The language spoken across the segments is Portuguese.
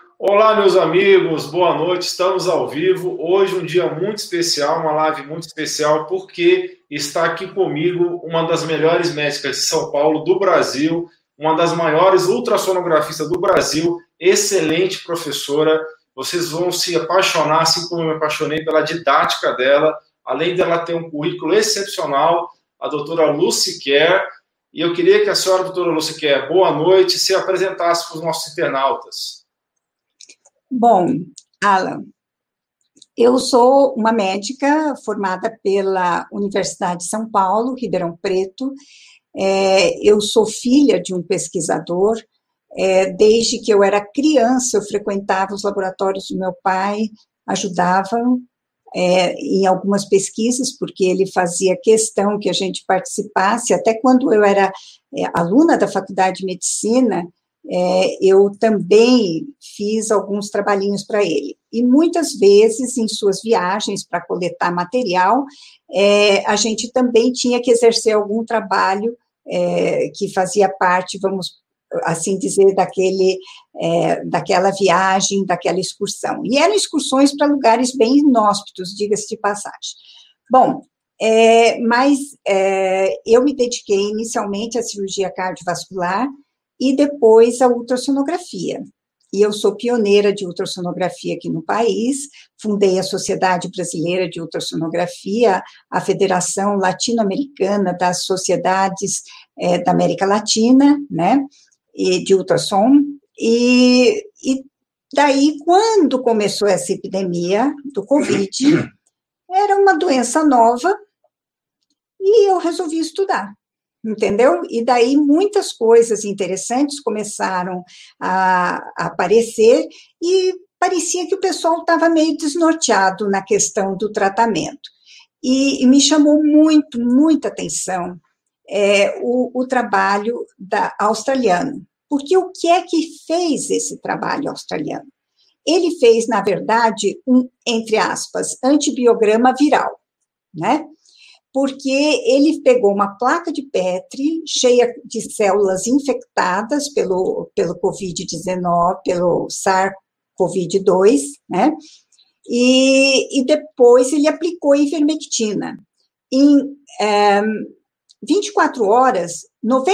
Olá, meus amigos, boa noite. Estamos ao vivo. Hoje um dia muito especial, uma live muito especial, porque está aqui comigo uma das melhores médicas de São Paulo, do Brasil, uma das maiores ultrassonografistas do Brasil, excelente professora. Vocês vão se apaixonar, assim como eu me apaixonei pela didática dela, além dela ter um currículo excepcional, a doutora Lucy Kerr. E eu queria que a senhora, doutora Lucy Kerr, boa noite, se apresentasse para os nossos internautas. Bom, Alan, eu sou uma médica formada pela Universidade de São Paulo, Ribeirão Preto. Eu sou filha de um pesquisador. Desde que eu era criança, eu frequentava os laboratórios do meu pai, ajudava em algumas pesquisas, porque ele fazia questão que a gente participasse. Até quando eu era aluna da Faculdade de Medicina, eu também fiz alguns trabalhinhos para ele. E muitas vezes, em suas viagens para coletar material, a gente também tinha que exercer algum trabalho que fazia parte, vamos assim dizer, daquela viagem, daquela excursão. E eram excursões para lugares bem inóspitos, diga-se de passagem. Bom, mas eu me dediquei inicialmente à cirurgia cardiovascular e depois à ultrassonografia. E eu sou pioneira de ultrassonografia aqui no país, fundei a Sociedade Brasileira de Ultrassonografia, a Federação Latino-Americana das Sociedades da América Latina, né, e de ultrassom, e daí, quando começou essa epidemia do Covid, era uma doença nova, e eu resolvi estudar. Entendeu? E daí muitas coisas interessantes começaram a aparecer e parecia que o pessoal estava meio desnorteado na questão do tratamento. E me chamou muita atenção o trabalho australiano. Porque o que é que fez esse trabalho australiano? Ele fez, na verdade, entre aspas, antibiograma viral, né? Porque ele pegou uma placa de Petri cheia de células infectadas pelo Covid-19, pelo SARS-CoV-2, né? E depois ele aplicou ivermectina. Em 24 horas,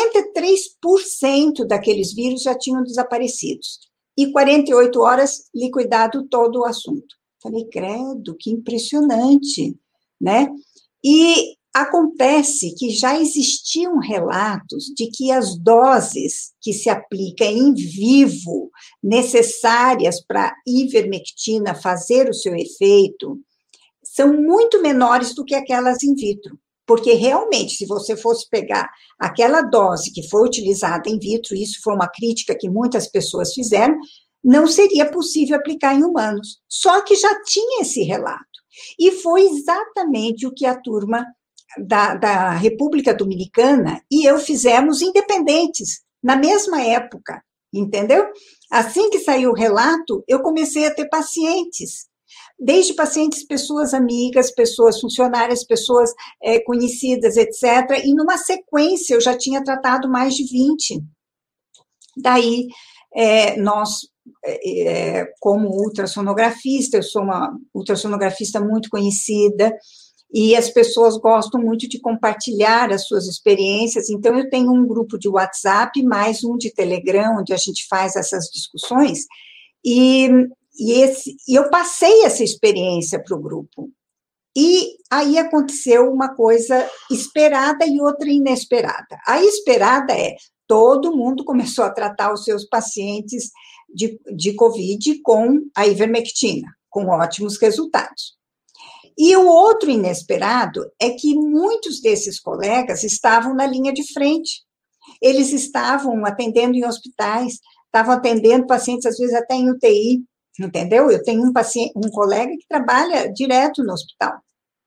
93% daqueles vírus já tinham desaparecido. E 48 horas, liquidado todo o assunto. Falei, credo, que impressionante, né? E acontece que já existiam relatos de que as doses que se aplica em vivo, necessárias para a ivermectina fazer o seu efeito, são muito menores do que aquelas in vitro. Porque realmente, se você fosse pegar aquela dose que foi utilizada in vitro, isso foi uma crítica que muitas pessoas fizeram, não seria possível aplicar em humanos. Só que já tinha esse relato. E foi exatamente o que a turma da República Dominicana e eu fizemos independentes, na mesma época, entendeu? Assim que saiu o relato, eu comecei a ter pacientes, desde pacientes, pessoas amigas, pessoas funcionárias, pessoas conhecidas, etc. E numa sequência, eu já tinha tratado mais de 20. Daí, nós... como ultrassonografista, eu sou uma ultrassonografista muito conhecida, e as pessoas gostam muito de compartilhar as suas experiências, então eu tenho um grupo de WhatsApp, mais um de Telegram, onde a gente faz essas discussões, e eu passei essa experiência para o grupo. E aí aconteceu uma coisa esperada e outra inesperada. A esperada todo mundo começou a tratar os seus pacientes de Covid com a ivermectina, com ótimos resultados. E o outro inesperado é que muitos desses colegas estavam na linha de frente. Eles estavam atendendo em hospitais, estavam atendendo pacientes, às vezes até em UTI, entendeu? Eu tenho um colega que trabalha direto no hospital,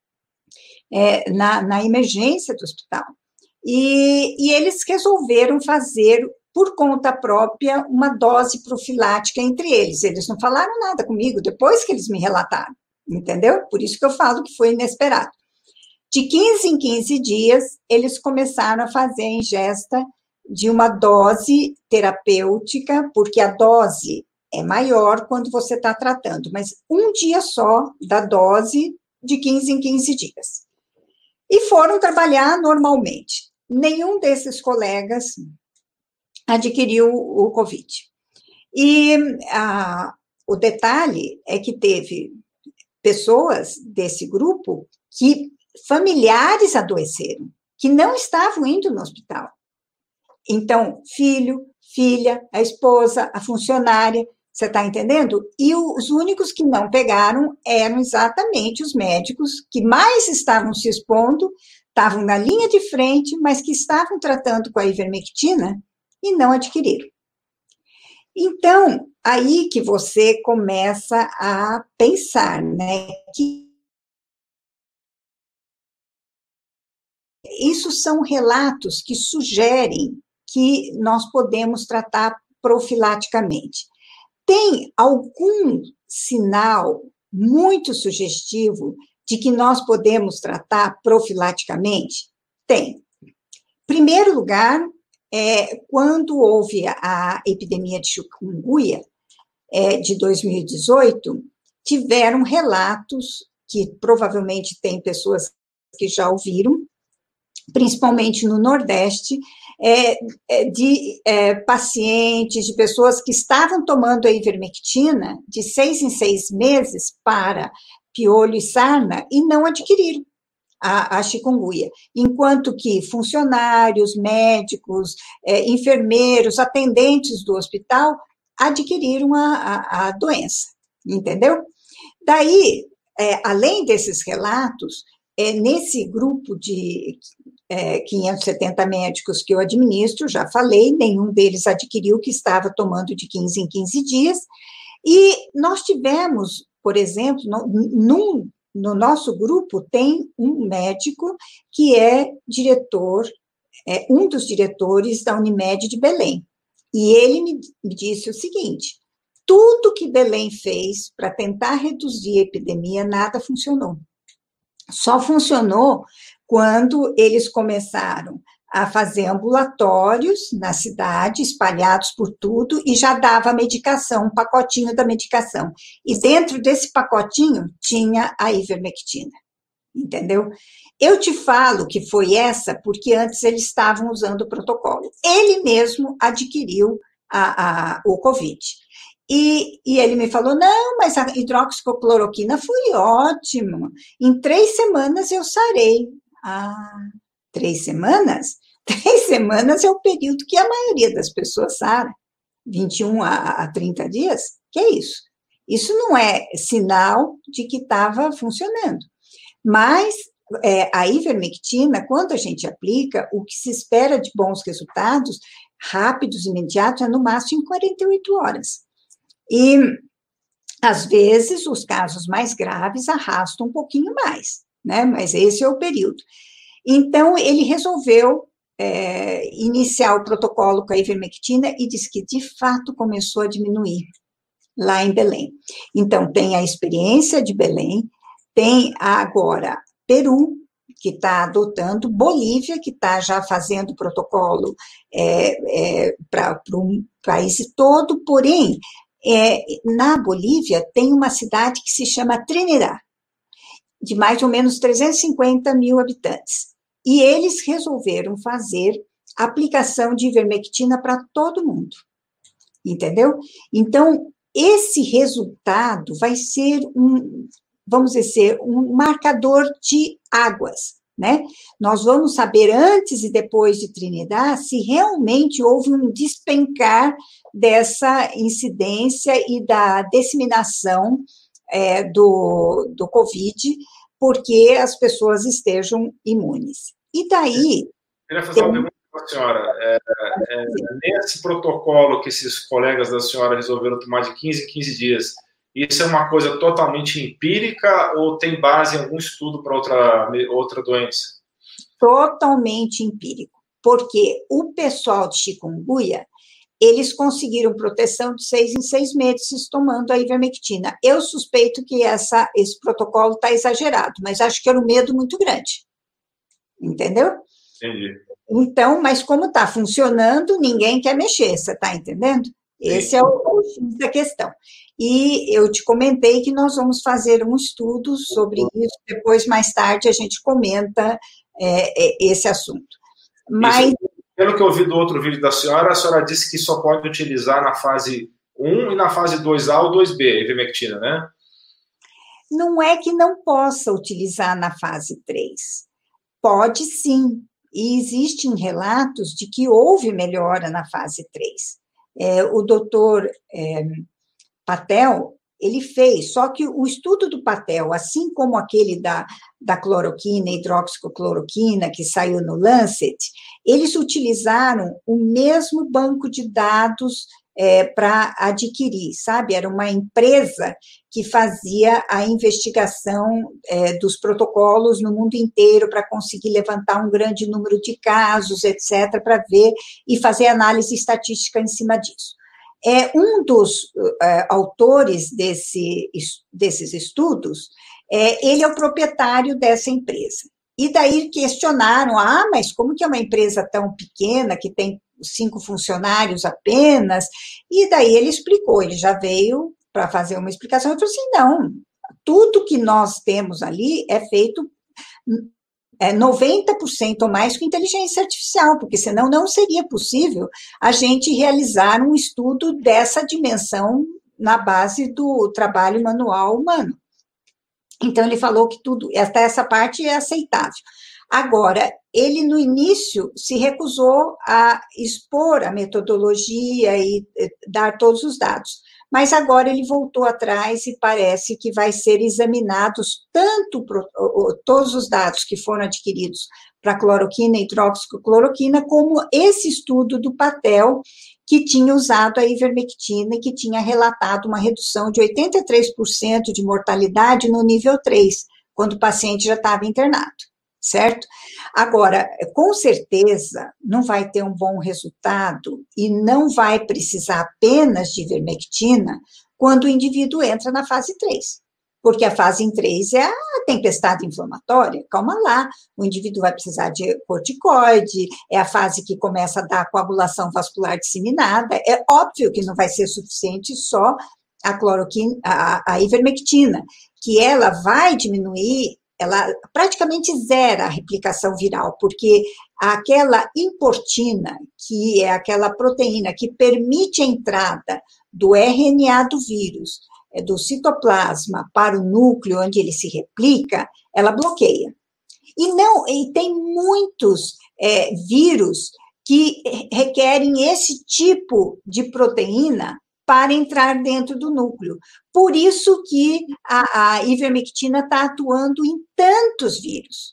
na emergência do hospital. E eles resolveram fazer, por conta própria, uma dose profilática entre eles. Eles não falaram nada comigo, depois que eles me relataram, entendeu? Por isso que eu falo que foi inesperado. De 15 em 15 dias, eles começaram a fazer a ingesta de uma dose terapêutica, porque a dose é maior quando você está tratando, mas um dia só da dose de 15 em 15 dias. E foram trabalhar normalmente. Nenhum desses colegas adquiriu o Covid. E o detalhe é que teve pessoas desse grupo que familiares adoeceram, que não estavam indo no hospital. Então, filho, filha, a esposa, a funcionária, você está entendendo? E os únicos que não pegaram eram exatamente os médicos que mais estavam se expondo, estavam na linha de frente, mas que estavam tratando com a ivermectina e não adquiriram. Então, aí que você começa a pensar, né, que isso são relatos que sugerem que nós podemos tratar profilaticamente. Tem algum sinal muito sugestivo de que nós podemos tratar profilaticamente? Tem. Em primeiro lugar, quando houve a epidemia de chikungunya, de 2018, tiveram relatos, que provavelmente tem pessoas que já ouviram, principalmente no Nordeste, de pacientes, de pessoas que estavam tomando a ivermectina de 6 em 6 meses para piolho e sarna e não adquiriram a chikungunya, enquanto que funcionários, médicos, enfermeiros, atendentes do hospital adquiriram a doença, entendeu? Daí, além desses relatos, nesse grupo de 570 médicos que eu administro, já falei, nenhum deles adquiriu que estava tomando de 15 em 15 dias, e nós tivemos, por exemplo, no nosso grupo tem um médico que é diretor, um dos diretores da Unimed de Belém, e ele me disse o seguinte: tudo que Belém fez para tentar reduzir a epidemia, nada funcionou. Só funcionou quando eles começaram a fazer ambulatórios na cidade, espalhados por tudo, e já dava medicação, um pacotinho da medicação. E dentro desse pacotinho tinha a ivermectina, entendeu? Eu te falo que foi essa porque antes eles estavam usando o protocolo. Ele mesmo adquiriu o Covid. E ele me falou, não, mas a hidroxicloroquina foi ótima. Em 3 semanas eu sarei. 3 semanas? 3 semanas é o período que a maioria das pessoas sara. 21 a 30 dias? Que é isso? Isso não é sinal de que estava funcionando. Mas a ivermectina, quando a gente aplica, o que se espera de bons resultados, rápidos, imediatos, é no máximo em 48 horas. E, às vezes, os casos mais graves arrastam um pouquinho mais, né? Mas esse é o período. Então, ele resolveu iniciar o protocolo com a ivermectina e disse que, de fato, começou a diminuir lá em Belém. Então, tem a experiência de Belém, tem agora Peru, que está adotando, Bolívia, que está já fazendo protocolo para o país todo, porém, na Bolívia tem uma cidade que se chama Trinidad, de mais ou menos 350 mil habitantes. E eles resolveram fazer aplicação de ivermectina para todo mundo, entendeu? Então, esse resultado vai ser vamos dizer, um marcador de águas, né? Nós vamos saber antes e depois de Trinidad se realmente houve um despencar dessa incidência e da disseminação do Covid, porque as pessoas estejam imunes. E daí... Eu queria fazer uma pergunta para a senhora. Nesse protocolo que esses colegas da senhora resolveram tomar de 15 em 15 dias, isso é uma coisa totalmente empírica ou tem base em algum estudo para outra doença? Totalmente empírico, porque o pessoal de chikungunya, eles conseguiram proteção de 6 em 6 meses tomando a ivermectina. Eu suspeito que esse protocolo está exagerado, mas acho que era um medo muito grande. Entendeu? Entendi. Então, mas como está funcionando, ninguém quer mexer, você está entendendo? Esse é o X da questão. E eu te comentei que nós vamos fazer um estudo sobre isso, depois, mais tarde, a gente comenta esse assunto. Mas... Isso, pelo que eu vi do outro vídeo da senhora, a senhora disse que só pode utilizar na fase 1 e na fase 2A ou 2B, a ivermectina, né? Não é que não possa utilizar na fase 3. Pode sim. E existem relatos de que houve melhora na fase 3. O doutor Patel, ele fez, só que o estudo do Patel, assim como aquele da cloroquina, hidroxicloroquina, que saiu no Lancet, eles utilizaram o mesmo banco de dados para adquirir, sabe? Era uma empresa que fazia a investigação dos protocolos no mundo inteiro para conseguir levantar um grande número de casos, etc., para ver e fazer análise estatística em cima disso. Um dos autores desses estudos, ele é o proprietário dessa empresa. E daí questionaram, mas como que é uma empresa tão pequena, que tem 5 funcionários apenas? E daí ele explicou, ele já veio para fazer uma explicação, ele falou assim, não, tudo que nós temos ali é feito 90% ou mais com inteligência artificial, porque senão não seria possível a gente realizar um estudo dessa dimensão na base do trabalho manual humano. Então, ele falou que até essa parte é aceitável. Agora, ele no início se recusou a expor a metodologia e dar todos os dados, mas agora ele voltou atrás e parece que vai ser examinados todos os dados que foram adquiridos para cloroquina e hidroxicloroquina, como esse estudo do Patel, que tinha usado a ivermectina e que tinha relatado uma redução de 83% de mortalidade no nível 3, quando o paciente já estava internado, certo? Agora, com certeza, não vai ter um bom resultado e não vai precisar apenas de ivermectina quando o indivíduo entra na fase 3. Porque a fase 3 é a tempestade inflamatória, calma lá, o indivíduo vai precisar de corticoide, é a fase que começa a dar coagulação vascular disseminada, é óbvio que não vai ser suficiente só a cloroquina, a ivermectina, que ela vai diminuir, ela praticamente zera a replicação viral, porque aquela importina, que é aquela proteína que permite a entrada do RNA do vírus, do citoplasma para o núcleo onde ele se replica, ela bloqueia. E tem muitos vírus que requerem esse tipo de proteína para entrar dentro do núcleo. Por isso que a ivermectina está atuando em tantos vírus.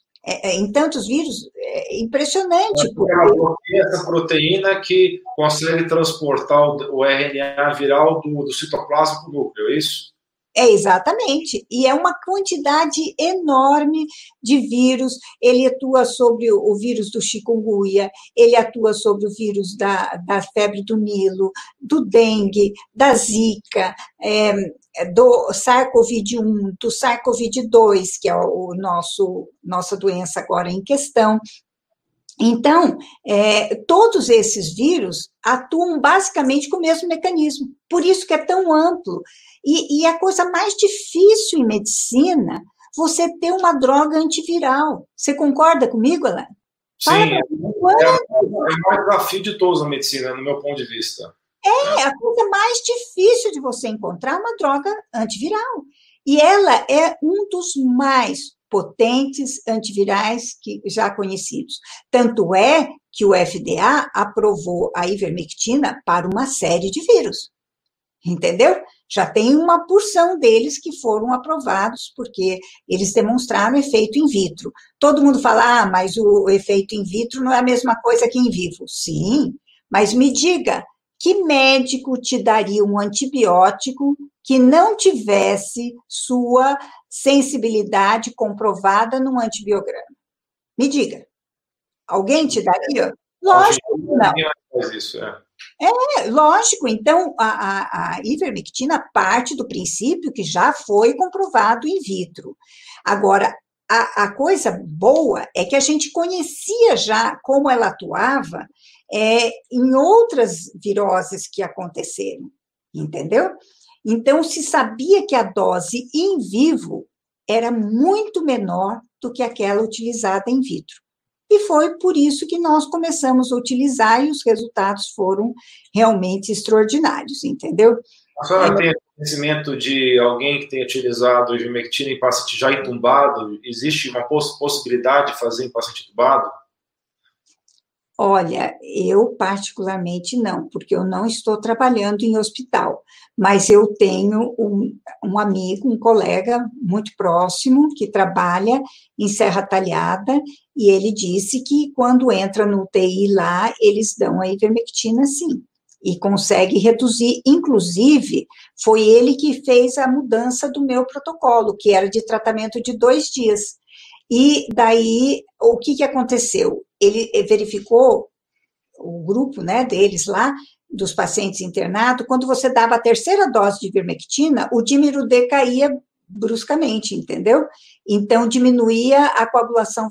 É impressionante. Ela bloqueia essa proteína que consegue transportar o RNA viral do citoplasma para o núcleo, é isso? Exatamente, e é uma quantidade enorme de vírus. Ele atua sobre o vírus do chikungunya, ele atua sobre o vírus da febre do Nilo, do dengue, da zika, do SARS-CoV-1, do SARS-CoV-2, que é nossa doença agora em questão. Então, todos esses vírus atuam basicamente com o mesmo mecanismo, por isso que é tão amplo. E a coisa mais difícil em medicina, você ter uma droga antiviral. Você concorda comigo, Alain? Sim, é o maior desafio de todos na medicina, no meu ponto de vista. A coisa mais difícil de você encontrar uma droga antiviral. E ela é um dos mais potentes antivirais que já conhecidos. Tanto é que o FDA aprovou a ivermectina para uma série de vírus. Entendeu? Já tem uma porção deles que foram aprovados, porque eles demonstraram efeito in vitro. Todo mundo fala, mas o efeito in vitro não é a mesma coisa que in vivo. Sim, mas me diga, que médico te daria um antibiótico que não tivesse sua sensibilidade comprovada num antibiograma? Me diga. Alguém te daria? Lógico que não. Isso, lógico. Então, a ivermectina parte do princípio que já foi comprovado in vitro. Agora, a coisa boa é que a gente conhecia já como ela atuava em outras viroses que aconteceram, entendeu? Então, se sabia que a dose in vivo era muito menor do que aquela utilizada in vitro. E foi por isso que nós começamos a utilizar e os resultados foram realmente extraordinários, entendeu? A senhora tem conhecimento de alguém que tenha utilizado ivermectina em paciente já entubado? Existe uma possibilidade de fazer em paciente entubado? Olha, eu particularmente não, porque eu não estou trabalhando em hospital, mas eu tenho um amigo, um colega muito próximo que trabalha em Serra Talhada e ele disse que quando entra no UTI lá, eles dão a ivermectina sim, e consegue reduzir, inclusive foi ele que fez a mudança do meu protocolo, que era de tratamento de 2 dias. E daí, o que aconteceu? Ele verificou o grupo, né, deles lá, dos pacientes internados, quando você dava a terceira dose de ivermectina, o dímero D caía bruscamente, entendeu? Então, diminuía a coagulação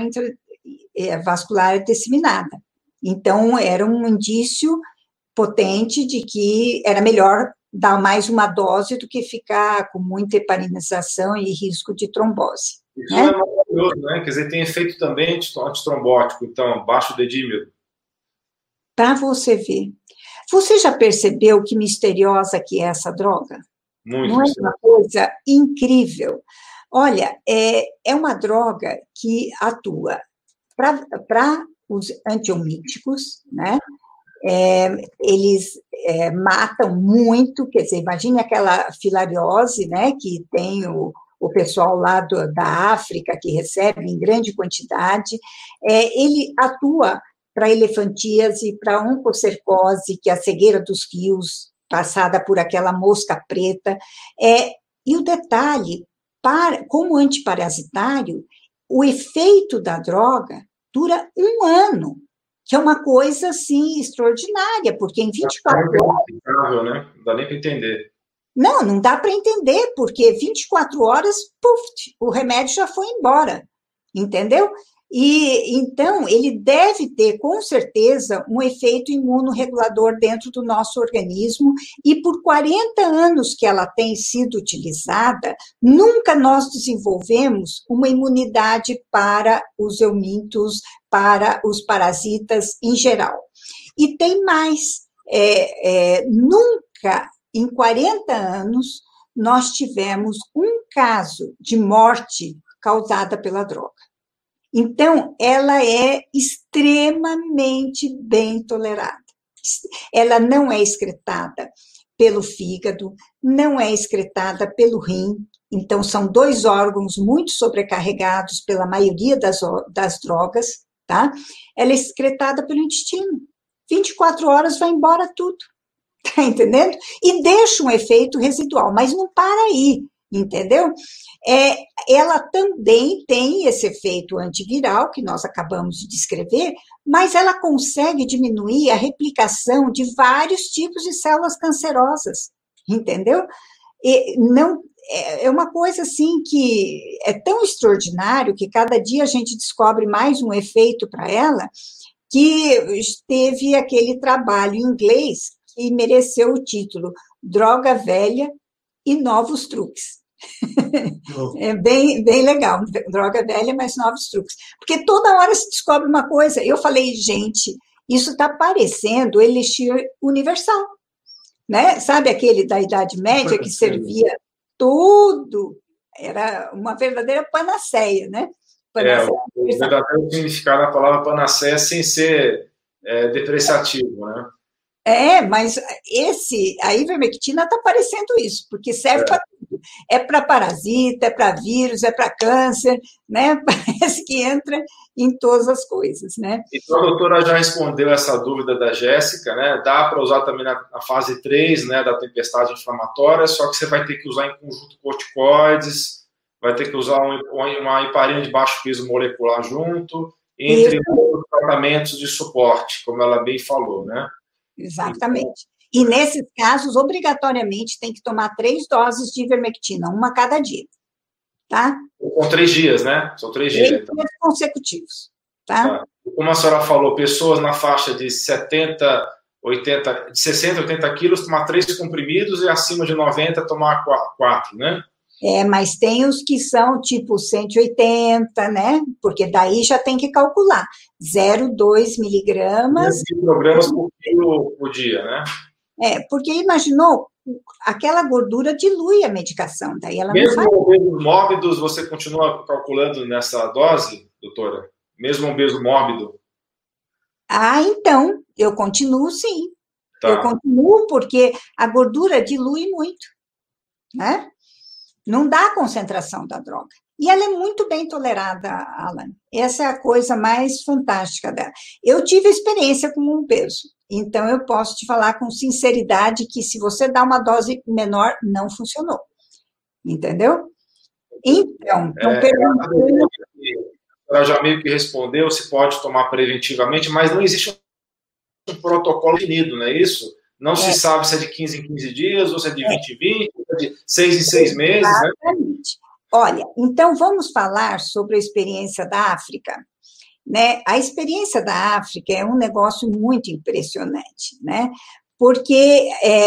vascular disseminada. Então, era um indício potente de que era melhor dar mais uma dose do que ficar com muita heparinização e risco de trombose. Isso é maravilhoso, né? Quer dizer, tem efeito também antitrombótico, então, baixo dedímero. Para você ver. Você já percebeu que misteriosa que é essa droga? Muito. Não é uma coisa incrível? Olha, é uma droga que atua para os antiomíticos, né? Eles matam muito, quer dizer, imagine aquela filariose, né, que tem o pessoal lá da África que recebe em grande quantidade, ele atua para elefantíase, para oncocercose, que é a cegueira dos rios, passada por aquela mosca preta, e o detalhe, como antiparasitário, o efeito da droga dura 1 ano, que é uma coisa, assim, extraordinária, porque em 24 horas... Né? Não dá nem para entender. Não dá para entender, porque 24 horas, puf, o remédio já foi embora, entendeu? E, então, ele deve ter, com certeza, um efeito imunorregulador dentro do nosso organismo, e por 40 anos que ela tem sido utilizada, nunca nós desenvolvemos uma imunidade para os eumintos, para os parasitas em geral. E tem mais, nunca, em 40 anos, nós tivemos um caso de morte causada pela droga. Então, ela é extremamente bem tolerada. Ela não é excretada pelo fígado, não é excretada pelo rim. Então, são 2 órgãos muito sobrecarregados pela maioria das drogas, tá? Ela é excretada pelo intestino. 24 horas vai embora tudo, tá entendendo? E deixa um efeito residual, mas não para aí, entendeu? Ela também tem esse efeito antiviral, que nós acabamos de descrever, mas ela consegue diminuir a replicação de vários tipos de células cancerosas, entendeu? E não, é uma coisa assim que é tão extraordinário que cada dia a gente descobre mais um efeito para ela, que teve aquele trabalho em inglês que mereceu o título Droga Velha e Novos Truques. É bem legal, droga velha, mas novos truques. Porque toda hora se descobre uma coisa. Eu falei, gente, isso está parecendo Elixir Universal, né? Sabe aquele da Idade Média que servia tudo? Era uma verdadeira panaceia, né? Panaceia o verdadeiro significado da palavra panaceia sem ser depreciativo, né? Mas a ivermectina está parecendo isso, porque serve para tudo. É para parasita, é para vírus, é para câncer, né? Parece que entra em todas as coisas, né? Então, a doutora já respondeu essa dúvida da Jéssica, né? Dá para usar também na fase 3, né, da tempestade inflamatória, só que você vai ter que usar em conjunto corticoides, vai ter que usar uma heparina de baixo peso molecular junto, entre outros tratamentos de suporte, como ela bem falou, né? Exatamente. E nesses casos, obrigatoriamente, tem que tomar 3 doses de ivermectina, uma a cada dia, tá? São 3 dias, né? São 3 dias. 3 dias consecutivos. tá? Tá. Como a senhora falou, pessoas na faixa de 70, 80, de 60, 80 quilos tomar 3 comprimidos e acima de 90 tomar 4, né? Mas tem os que são tipo 180, né? Porque daí já tem que calcular. 0,2 miligramas. Microgramas por quilo por dia, né? Porque imaginou, aquela gordura dilui a medicação, daí ela não faz. Mesmo obesos mórbidos, você continua calculando nessa dose, doutora? Mesmo obeso mórbido? Então, eu continuo sim. Tá. Eu continuo porque a gordura dilui muito, né? Não dá a concentração da droga. E ela é muito bem tolerada, Alan. Essa é a coisa mais fantástica dela. Eu tive experiência com o peso, então eu posso te falar com sinceridade que se você dá uma dose menor, não funcionou. Entendeu? Então, ela já meio que respondeu se pode tomar preventivamente, mas não existe um protocolo definido, não é isso? Não se sabe se é de 15 em 15 dias, ou se é de 20 em 20, ou se é de 6 em 6 meses, né? Exatamente. Olha, então vamos falar sobre a experiência da África, né? A experiência da África é um negócio muito impressionante, né? Porque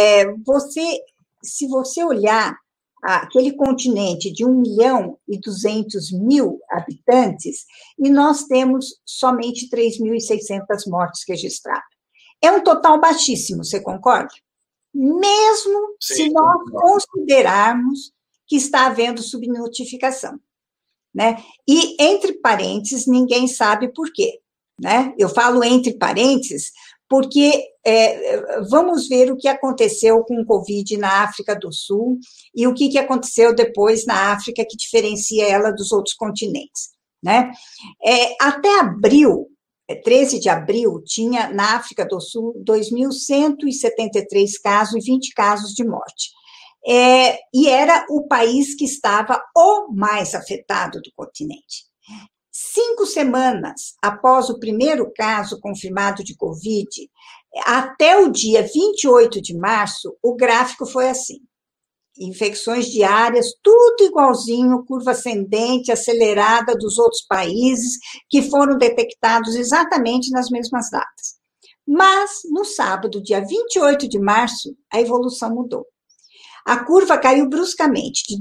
se você olhar aquele continente de 1.200.000 habitantes, e nós temos somente 3.600 mortes registradas. É um total baixíssimo, você concorda? Mesmo se nós considerarmos que está havendo subnotificação, né? E, entre parênteses, ninguém sabe por quê, né? Eu falo entre parênteses porque vamos ver o que aconteceu com o Covid na África do Sul e o que aconteceu depois na África que diferencia ela dos outros continentes, né? Até abril, 13 de abril, tinha na África do Sul 2.173 casos e 20 casos de morte. E era o país que estava o mais afetado do continente. 5 semanas após o primeiro caso confirmado de Covid, até o dia 28 de março, o gráfico foi assim. Infecções diárias, tudo igualzinho, curva ascendente, acelerada dos outros países, que foram detectados exatamente nas mesmas datas. Mas, no sábado, dia 28 de março, a evolução mudou. A curva caiu bruscamente, de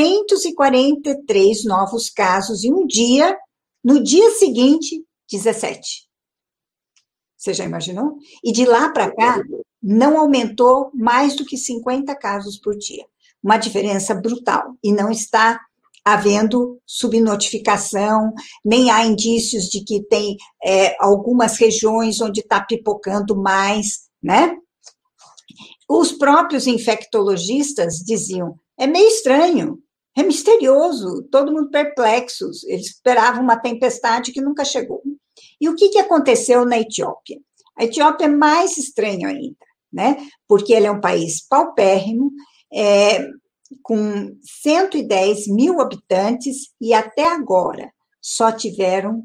243 novos casos em um dia, no dia seguinte, 17. Você já imaginou? E de lá para cá, não aumentou mais do que 50 casos por dia. Uma diferença brutal. E não está havendo subnotificação, nem há indícios de que tem algumas regiões onde está pipocando mais, né? Os próprios infectologistas diziam, é meio estranho, é misterioso, todo mundo perplexo, eles esperavam uma tempestade que nunca chegou. E o que aconteceu na Etiópia? A Etiópia é mais estranho ainda, né? Porque ele é um país paupérrimo, com 110.000 habitantes e até agora só tiveram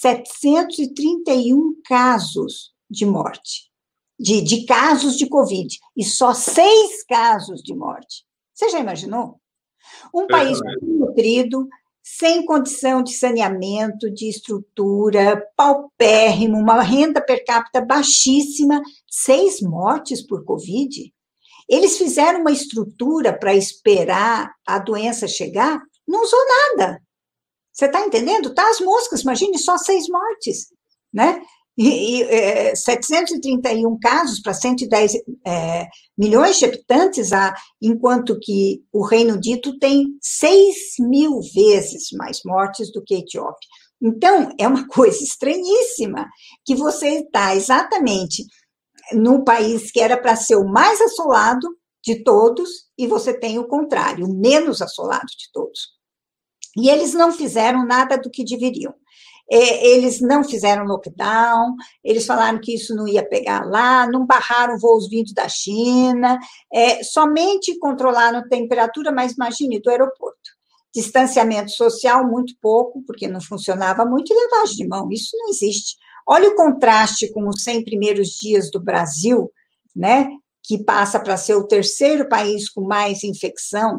731 casos de morte, de casos de Covid, e só 6 casos de morte. Você já imaginou? Um país nutrido, sem condição de saneamento, de estrutura, paupérrimo, uma renda per capita baixíssima, 6 mortes por Covid. Eles fizeram uma estrutura para esperar a doença chegar, não usou nada. Você está entendendo? Tá as moscas, imagine só 6 mortes, né? E 731 casos para 110 milhões de habitantes, enquanto que o Reino Unido tem 6.000 vezes mais mortes do que a Etiópia. Então, é uma coisa estranhíssima que você está exatamente no país que era para ser o mais assolado de todos, e você tem o contrário, o menos assolado de todos. E eles não fizeram nada do que deveriam. Eles não fizeram lockdown, eles falaram que isso não ia pegar lá, não barraram voos vindos da China, somente controlaram a temperatura, mas imagine, do aeroporto. Distanciamento social, muito pouco, porque não funcionava muito, e lavagem de mão, isso não existe. Olha o contraste com os 100 primeiros dias do Brasil, né, que passa para ser o terceiro país com mais infecção.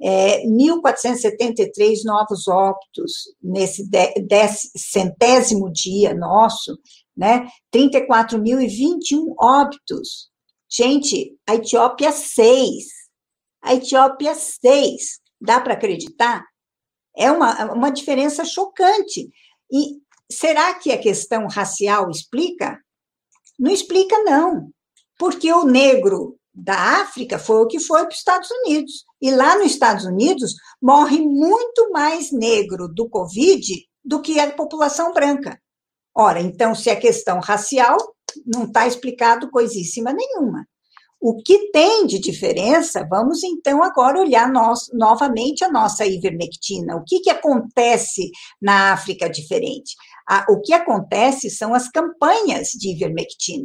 1.473 novos óbitos nesse centésimo dia nosso, né? 34.021 óbitos. Gente, a Etiópia 6. A Etiópia 6. Dá para acreditar? É uma diferença chocante. E será que a questão racial explica? Não explica, não. Porque o negro da África foi o que foi para os Estados Unidos. E lá nos Estados Unidos morre muito mais negro do Covid do que a população branca. Ora, então, se é questão racial, não está explicado coisíssima nenhuma. O que tem de diferença, vamos então agora olhar novamente a nossa ivermectina. O que acontece na África diferente? O que acontece são as campanhas de ivermectina.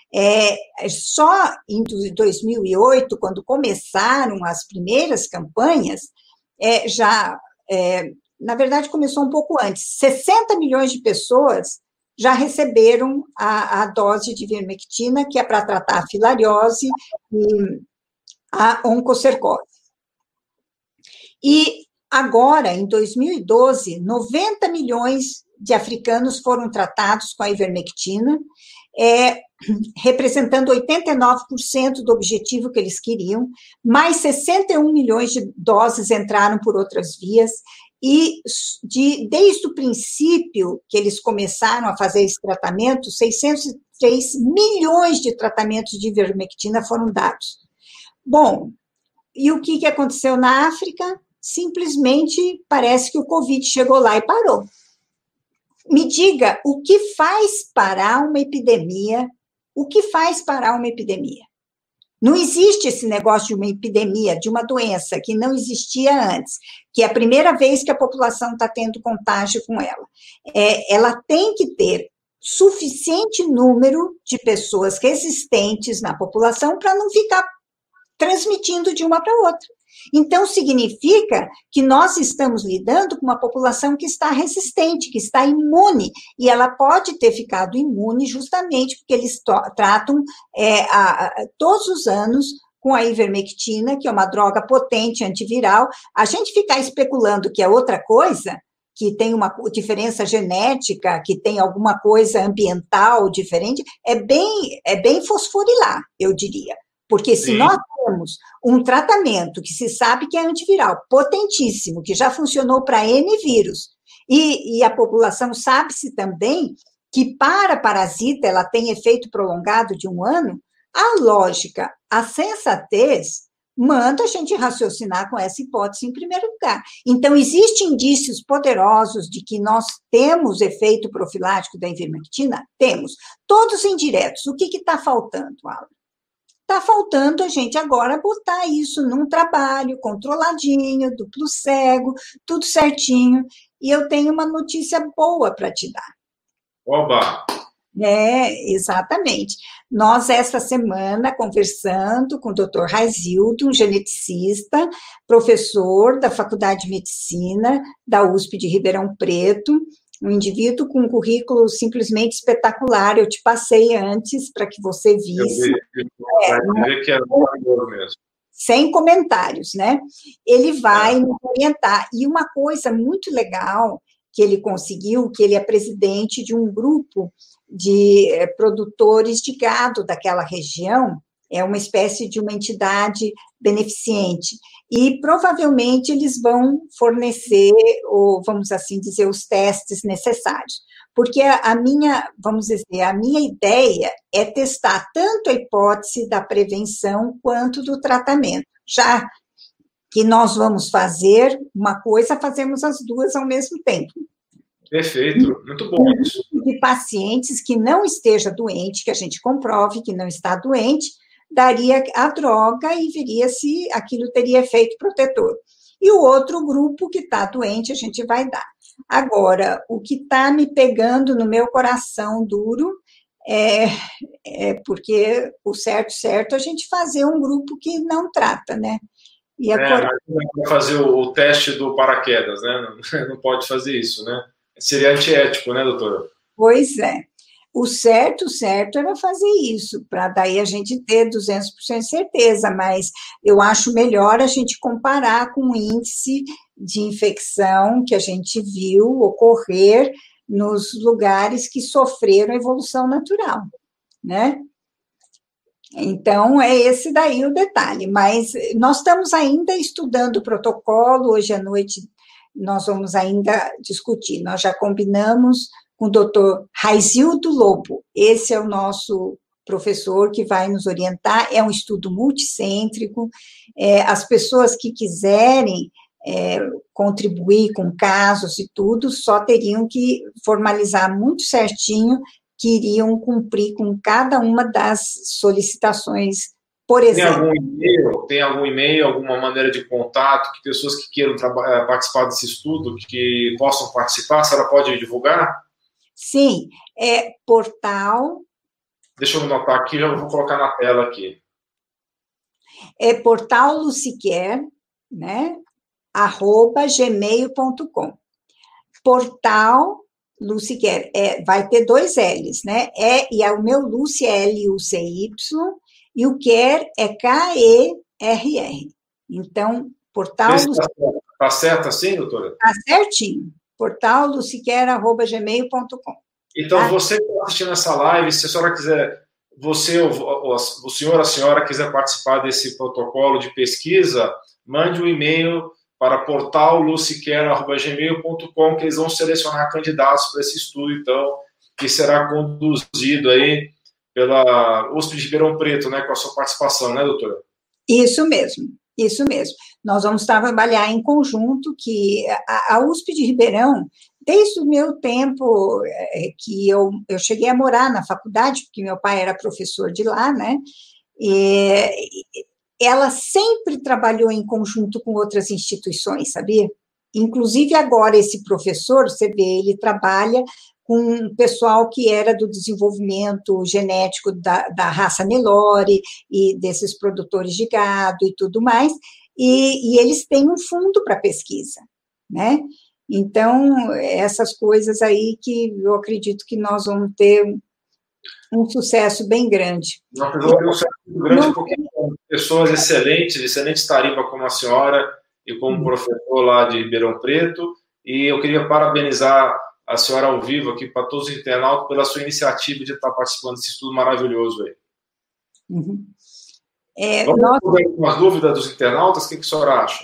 Só em 2008, quando começaram as primeiras campanhas, na verdade começou um pouco antes, 60 milhões de pessoas já receberam a dose de ivermectina, que é para tratar a filariose e a oncocercose. E agora, em 2012, 90 milhões de africanos foram tratados com a ivermectina, representando 89% do objetivo que eles queriam, mais 61 milhões de doses entraram por outras vias, e desde o princípio que eles começaram a fazer esse tratamento, 603 milhões de tratamentos de ivermectina foram dados. Bom, e o que aconteceu na África? Simplesmente parece que o Covid chegou lá e parou. Me diga, o que faz parar uma epidemia? O que faz parar uma epidemia? Não existe esse negócio de uma epidemia, de uma doença que não existia antes, que é a primeira vez que a população está tendo contágio com ela. Ela tem que ter suficiente número de pessoas resistentes na população para não ficar transmitindo de uma para outra. Então, significa que nós estamos lidando com uma população que está resistente, que está imune, e ela pode ter ficado imune justamente porque eles tratam todos os anos com a ivermectina, que é uma droga potente antiviral. A gente ficar especulando que é outra coisa, que tem uma diferença genética, que tem alguma coisa ambiental diferente, é bem fosforilar, eu diria. Porque se nós temos um tratamento que se sabe que é antiviral, potentíssimo, que já funcionou para N vírus, e a população sabe-se também que para parasita ela tem efeito prolongado de 1 ano, a lógica, a sensatez manda a gente raciocinar com essa hipótese em primeiro lugar. Então, existem indícios poderosos de que nós temos efeito profilático da ivermectina? Temos. Todos indiretos. O que está faltando, Alan? Está faltando a gente agora botar isso num trabalho controladinho, duplo cego, tudo certinho. E eu tenho uma notícia boa para te dar. Oba! Exatamente. Nós, essa semana, conversando com o Dr. Raizildo, um geneticista, professor da Faculdade de Medicina da USP de Ribeirão Preto, um indivíduo com um currículo simplesmente espetacular. Eu te passei antes para que você visse. Que era mesmo. Sem comentários, né? Ele vai nos orientar. E uma coisa muito legal que ele conseguiu, que ele é presidente de um grupo de produtores de gado daquela região, é uma espécie de uma entidade beneficente, e provavelmente eles vão fornecer, ou vamos assim dizer, os testes necessários, porque a minha ideia é testar tanto a hipótese da prevenção quanto do tratamento, já que nós vamos fazer uma coisa, fazemos as duas ao mesmo tempo. Perfeito, muito bom isso. De pacientes que não esteja doente, que a gente comprove que não está doente, daria a droga e veria se aquilo teria efeito protetor. E o outro grupo que está doente, a gente vai dar. Agora, o que está me pegando no meu coração duro porque o certo a gente fazer um grupo que não trata, né? E agora... Vai fazer o teste do paraquedas, né? Não pode fazer isso, né? Seria antiético, né, doutora? Pois é. O certo era fazer isso, para daí a gente ter 200% de certeza, mas eu acho melhor a gente comparar com o índice de infecção que a gente viu ocorrer nos lugares que sofreram evolução natural, né? Então, é esse daí o detalhe, mas nós estamos ainda estudando o protocolo, hoje à noite nós vamos ainda discutir, nós já combinamos com o doutor Raizildo Lobo, esse é o nosso professor que vai nos orientar, é um estudo multicêntrico, as pessoas que quiserem contribuir com casos e tudo, só teriam que formalizar muito certinho que iriam cumprir com cada uma das solicitações, por exemplo. Tem algum e-mail, alguma maneira de contato, que pessoas que queiram participar desse estudo, que possam participar, a senhora pode divulgar? Sim, é portal... Deixa eu anotar aqui, já vou colocar na tela aqui. É portal Luciquer, né, @gmail.com. Portal Luciquer, vai ter 2 L's, né? E o meu Lucy é Lucy, e o Quer é Kerr. Então, portal Luciquer. Está certo assim, doutora? Está certinho. Portal luciquer@gmail.com. Então, tá? Você que está assistindo essa live, se a senhora quiser, o senhor, a senhora quiser participar desse protocolo de pesquisa, mande um e-mail para portalluciquer@gmail.com, que eles vão selecionar candidatos para esse estudo, então, que será conduzido aí pela USP de Ribeirão Preto, né, com a sua participação, né, doutora? Isso mesmo. Nós vamos trabalhar em conjunto, que a USP de Ribeirão, desde o meu tempo que eu cheguei a morar na faculdade, porque meu pai era professor de lá, né, ela sempre trabalhou em conjunto com outras instituições, sabia? Inclusive agora esse professor, você vê, ele trabalha com um pessoal que era do desenvolvimento genético da raça Nelore e desses produtores de gado e tudo mais, e eles têm um fundo para pesquisa, né? Então, essas coisas aí que eu acredito que nós vamos ter um sucesso bem grande. Nós vamos ter um sucesso muito grande, porque com pessoas excelentes tarimba como a senhora e como professor lá de Ribeirão Preto, e eu queria parabenizar a senhora ao vivo aqui para todos os internautas pela sua iniciativa de estar participando desse estudo maravilhoso aí. Uhum. Vamos responder algumas dúvidas dos internautas, o que a senhora acha?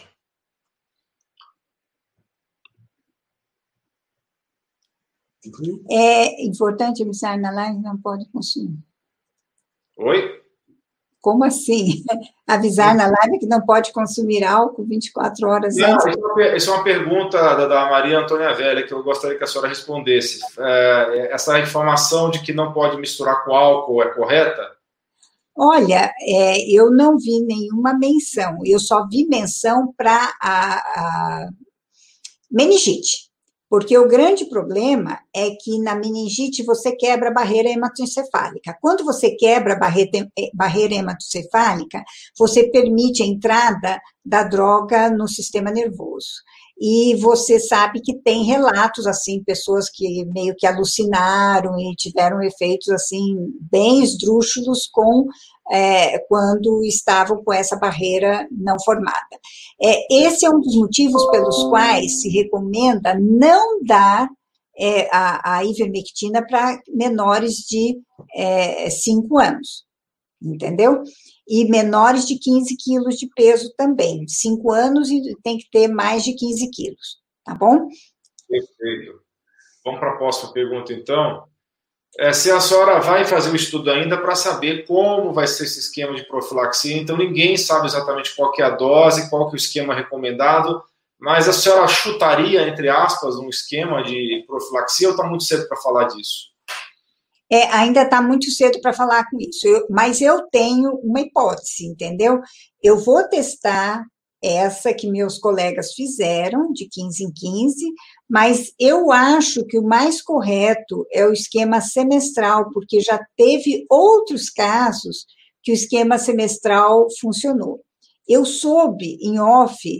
É importante avisar na live, não pode consumir. Oi? Como assim? Avisar na live que não pode consumir álcool 24 horas antes? Isso é uma pergunta da Maria Antônia Velha, que eu gostaria que a senhora respondesse. Essa informação de que não pode misturar com álcool é correta? Olha, eu não vi nenhuma menção, eu só vi menção para a meningite. Porque o grande problema é que na meningite você quebra a barreira hematoencefálica. Quando você quebra a barreira hematoencefálica, você permite a entrada da droga no sistema nervoso. E você sabe que tem relatos, assim, pessoas que meio que alucinaram e tiveram efeitos, assim, bem esdrúxulos quando estavam com essa barreira não formada. Esse é um dos motivos pelos quais se recomenda não dar a ivermectina para menores de 5 anos, entendeu? E menores de 15 quilos de peso também. 5 anos e tem que ter mais de 15 quilos, tá bom? Perfeito. Vamos para a próxima pergunta, então. Se a senhora vai fazer o estudo ainda para saber como vai ser esse esquema de profilaxia, então ninguém sabe exatamente qual que é a dose, qual que é o esquema recomendado, mas a senhora chutaria, entre aspas, um esquema de profilaxia ou está muito cedo para falar disso? Ainda está muito cedo para falar com isso, mas eu tenho uma hipótese, entendeu? Eu vou testar essa que meus colegas fizeram, de 15 em 15, mas eu acho que o mais correto é o esquema semestral, porque já teve outros casos que o esquema semestral funcionou. Eu soube, em off,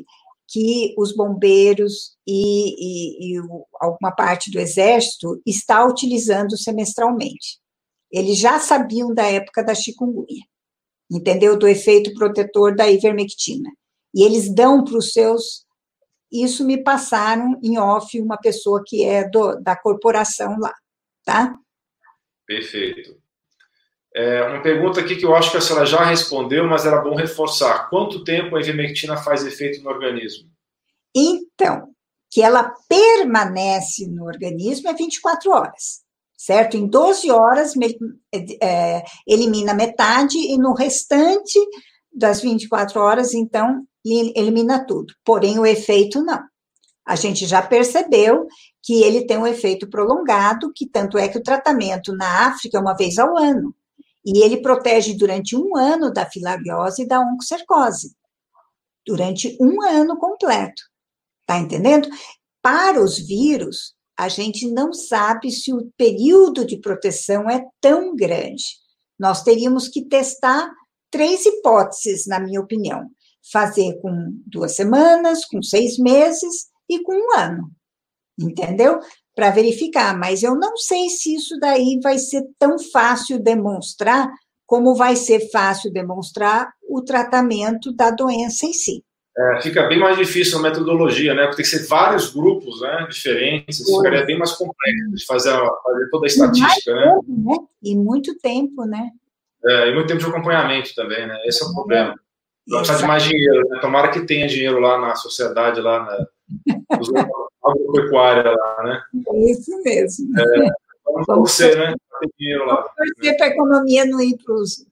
que os bombeiros e alguma parte do exército está utilizando semestralmente. Eles já sabiam da época da chikungunya, entendeu? Do efeito protetor da ivermectina. E eles dão para os seus... Isso me passaram em off uma pessoa que é da corporação lá, tá? Perfeito. Uma pergunta aqui que eu acho que a senhora já respondeu, mas era bom reforçar. Quanto tempo a ivermectina faz efeito no organismo? Então, que ela permanece no organismo é 24 horas, certo? Em 12 horas elimina metade e no restante das 24 horas, então, elimina tudo. Porém, o efeito não. A gente já percebeu que ele tem um efeito prolongado, que tanto é que o tratamento na África é uma vez ao ano. E ele protege durante 1 ano da filariose e da oncocercose. Durante 1 ano completo. Tá entendendo? Para os vírus, a gente não sabe se o período de proteção é tão grande. Nós teríamos que testar 3 hipóteses, na minha opinião. Fazer com 2 semanas, com 6 meses e com 1 ano. Entendeu? Para verificar, mas eu não sei se isso daí vai ser tão fácil demonstrar como vai ser fácil demonstrar o tratamento da doença em si. Fica bem mais difícil a metodologia, né? Porque tem que ser vários grupos, né, diferentes, ficaria bem mais complexo de fazer toda a estatística, né? E muito tempo, né? E muito tempo de acompanhamento também, né? Esse é o problema. Vai precisar de mais dinheiro, né? Tomara que tenha dinheiro lá na sociedade, lá na agropecuária lá, né? É isso mesmo. Vamos torcer, né? Ter dinheiro lá. Vamos torcer para a economia não ir para os...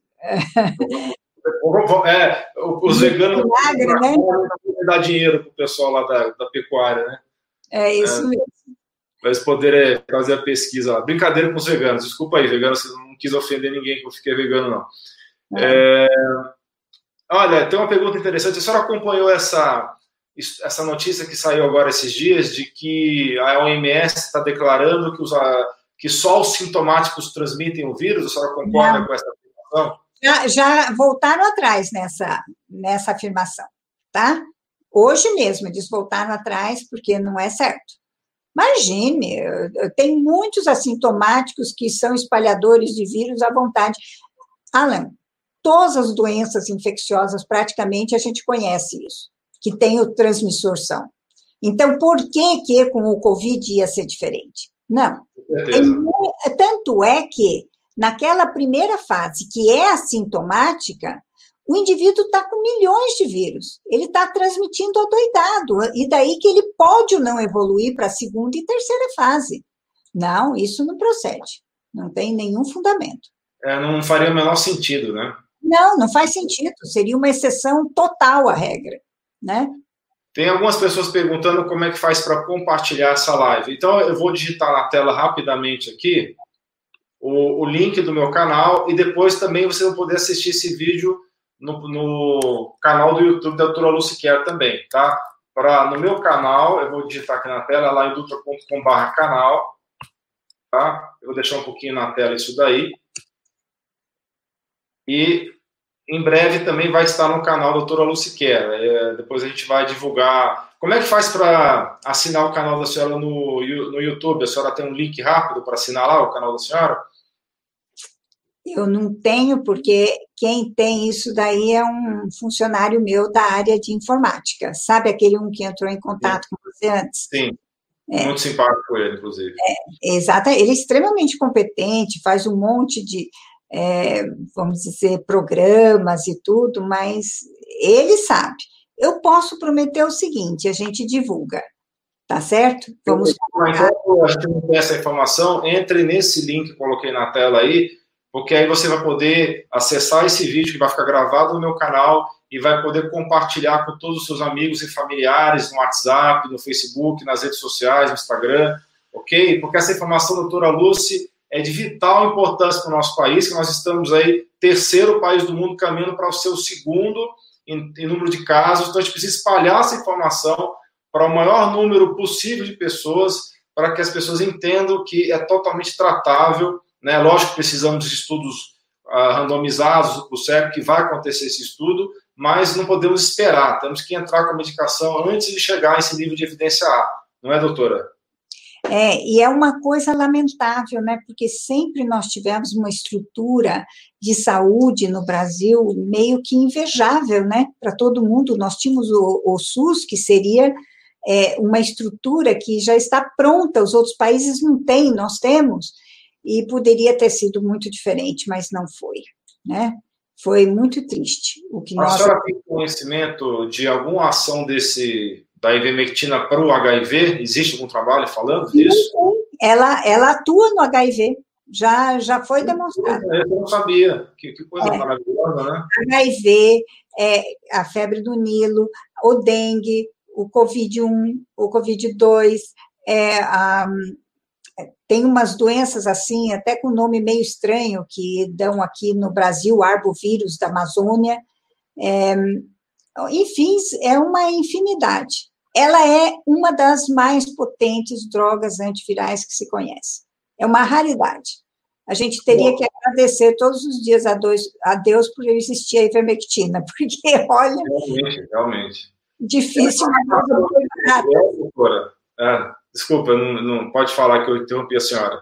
os veganos vinagre, né? Dar dinheiro para o pessoal lá da pecuária, né? É isso mesmo. Para eles poderem fazer a pesquisa lá. Brincadeira com os veganos. Desculpa aí, veganos, eu não quis ofender ninguém que eu fiquei vegano, não. Olha, tem uma pergunta interessante. A senhora acompanhou essa notícia que saiu agora esses dias de que a OMS está declarando que só os sintomáticos transmitem o vírus? A senhora concorda com essa afirmação? Já voltaram atrás nessa afirmação, tá? Hoje mesmo eles voltaram atrás porque não é certo. Imagine, tem muitos assintomáticos que são espalhadores de vírus à vontade. Alan, todas as doenças infecciosas, praticamente, a gente conhece isso, que tem o transmissor são. Então, por que com o Covid ia ser diferente? Não. Tanto é que, naquela primeira fase, que é assintomática, o indivíduo está com milhões de vírus. Ele está transmitindo adoidado. E daí que ele pode ou não evoluir para a segunda e terceira fase. Não, isso não procede. Não tem nenhum fundamento. Não faria o menor sentido, né? Não faz sentido. Seria uma exceção total à regra, né? Tem algumas pessoas perguntando como é que faz para compartilhar essa live. Então, eu vou digitar na tela rapidamente aqui o link do meu canal e depois também vocês vão poder assistir esse vídeo no canal do YouTube da doutora Lucy Quer também, tá? No meu canal, eu vou digitar aqui na tela, lá em dutra.com/canal, tá? Eu vou deixar um pouquinho na tela isso daí. E em breve também vai estar no canal da doutora Lucy Quer. Depois a gente vai divulgar. Como é que faz para assinar o canal da senhora no YouTube? A senhora tem um link rápido para assinar lá o canal da senhora? Eu não tenho, porque quem tem isso daí é um funcionário meu da área de informática. Sabe aquele que entrou em contato com você antes? Sim, muito simpático ele, inclusive. Exato, ele é extremamente competente, faz um monte de, vamos dizer, programas e tudo, mas ele sabe. Eu posso prometer o seguinte, a gente divulga, tá certo? Vamos colocar. Então, a gente não tem essa informação, entre nesse link que coloquei na tela aí, porque aí você vai poder acessar esse vídeo que vai ficar gravado no meu canal e vai poder compartilhar com todos os seus amigos e familiares no WhatsApp, no Facebook, nas redes sociais, no Instagram, ok? Porque essa informação, doutora Lucy, é de vital importância para o nosso país, que nós estamos aí, terceiro país do mundo, caminhando para o seu segundo em número de casos, então a gente precisa espalhar essa informação para o maior número possível de pessoas, para que as pessoas entendam que é totalmente tratável, né? Lógico que precisamos de estudos randomizados, o certo que vai acontecer esse estudo, mas não podemos esperar, temos que entrar com a medicação antes de chegar a esse nível de evidência A, não é, doutora? E é uma coisa lamentável, né? Porque sempre nós tivemos uma estrutura de saúde no Brasil meio que invejável, né? Para todo mundo. Nós tínhamos o SUS, que seria uma estrutura que já está pronta, os outros países não têm, nós temos, e poderia ter sido muito diferente, mas não foi, né? Foi muito triste. A senhora tem conhecimento de alguma ação da ivermectina para o HIV? Existe algum trabalho falando disso? Ela atua no HIV, já foi demonstrado. Eu não sabia. Que coisa maravilhosa, né? HIV, a febre do Nilo, o dengue, o Covid-1, o Covid-2, tem umas doenças assim, até com nome meio estranho, que dão aqui no Brasil, arbovírus da Amazônia, enfim, é uma infinidade. Ela é uma das mais potentes drogas antivirais que se conhece. É uma raridade. A gente teria que agradecer todos os dias a Deus por existir a ivermectina, porque, olha... Realmente. Difícil, doutora. Desculpa, não pode falar que eu interrompi a senhora.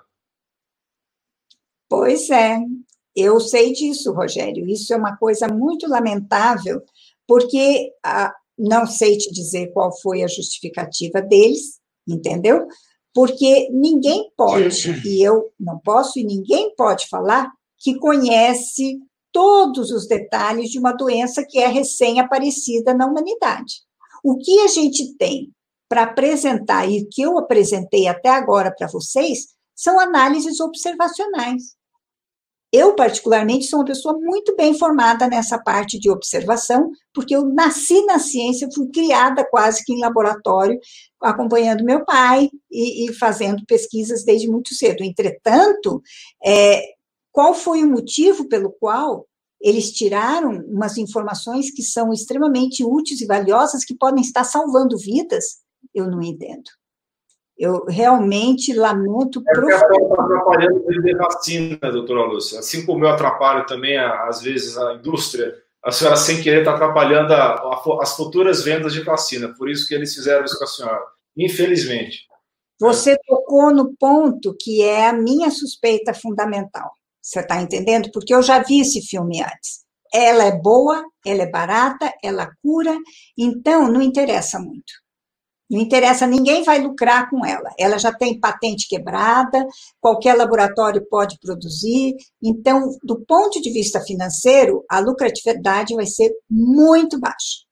Pois é, eu sei disso, Rogério. Isso é uma coisa muito lamentável, porque não sei te dizer qual foi a justificativa deles, entendeu? Porque ninguém pode, e eu não posso, e ninguém pode falar que conhece todos os detalhes de uma doença que é recém-aparecida na humanidade. O que a gente tem para apresentar, e que eu apresentei até agora para vocês, são análises observacionais. Eu, particularmente, sou uma pessoa muito bem formada nessa parte de observação, porque eu nasci na ciência, fui criada quase que em laboratório, acompanhando meu pai e fazendo pesquisas desde muito cedo. Entretanto, qual foi o motivo pelo qual eles tiraram umas informações que são extremamente úteis e valiosas, que podem estar salvando vidas? Eu não entendo. Eu realmente lamento profundamente. Está atrapalhando o vender vacina, doutora Lúcia. Assim como eu atrapalho também, às vezes, a indústria, a senhora, sem querer, está atrapalhando as futuras vendas de vacina. Por isso que eles fizeram isso com a senhora. Infelizmente. Você tocou no ponto que é a minha suspeita fundamental. Você está entendendo? Porque eu já vi esse filme antes. Ela é boa, ela é barata, ela cura, então não interessa muito. Não interessa, ninguém vai lucrar com ela. Ela já tem patente quebrada, qualquer laboratório pode produzir. Então, do ponto de vista financeiro, a lucratividade vai ser muito baixa.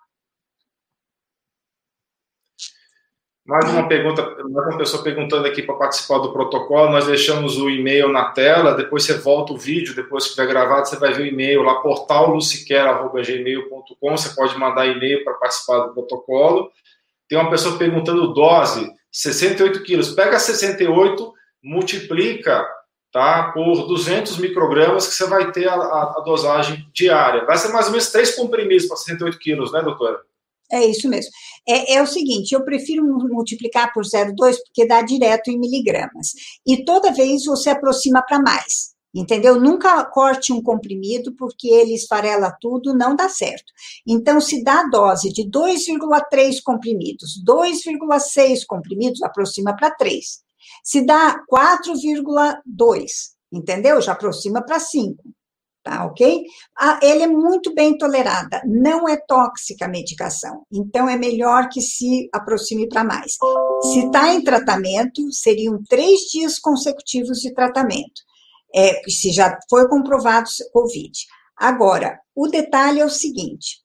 Mais uma pergunta, mais uma pessoa perguntando aqui para participar do protocolo. Nós deixamos o e-mail na tela, depois você volta o vídeo, depois que estiver gravado, você vai ver o e-mail lá, portalluciquer@gmail.com. Você pode mandar e-mail para participar do protocolo. Tem uma pessoa perguntando dose, 68 quilos. Pega 68, multiplica, tá, por 200 microgramas, que você vai ter a dosagem diária. Vai ser mais ou menos 3 comprimidos para 68 quilos, né, doutora? É isso mesmo. É o seguinte, eu prefiro multiplicar por 0,2 porque dá direto em miligramas. E toda vez você aproxima para mais. Entendeu? Nunca corte um comprimido, porque ele esfarela tudo, não dá certo. Então, se dá a dose de 2,3 comprimidos, 2,6 comprimidos, aproxima para 3. Se dá 4,2, entendeu? Já aproxima para 5, tá ok? Ele é muito bem tolerada, não é tóxica a medicação, então é melhor que se aproxime para mais. Se está em tratamento, seriam 3 dias consecutivos de tratamento. Se já foi comprovado Covid. Agora, o detalhe é o seguinte,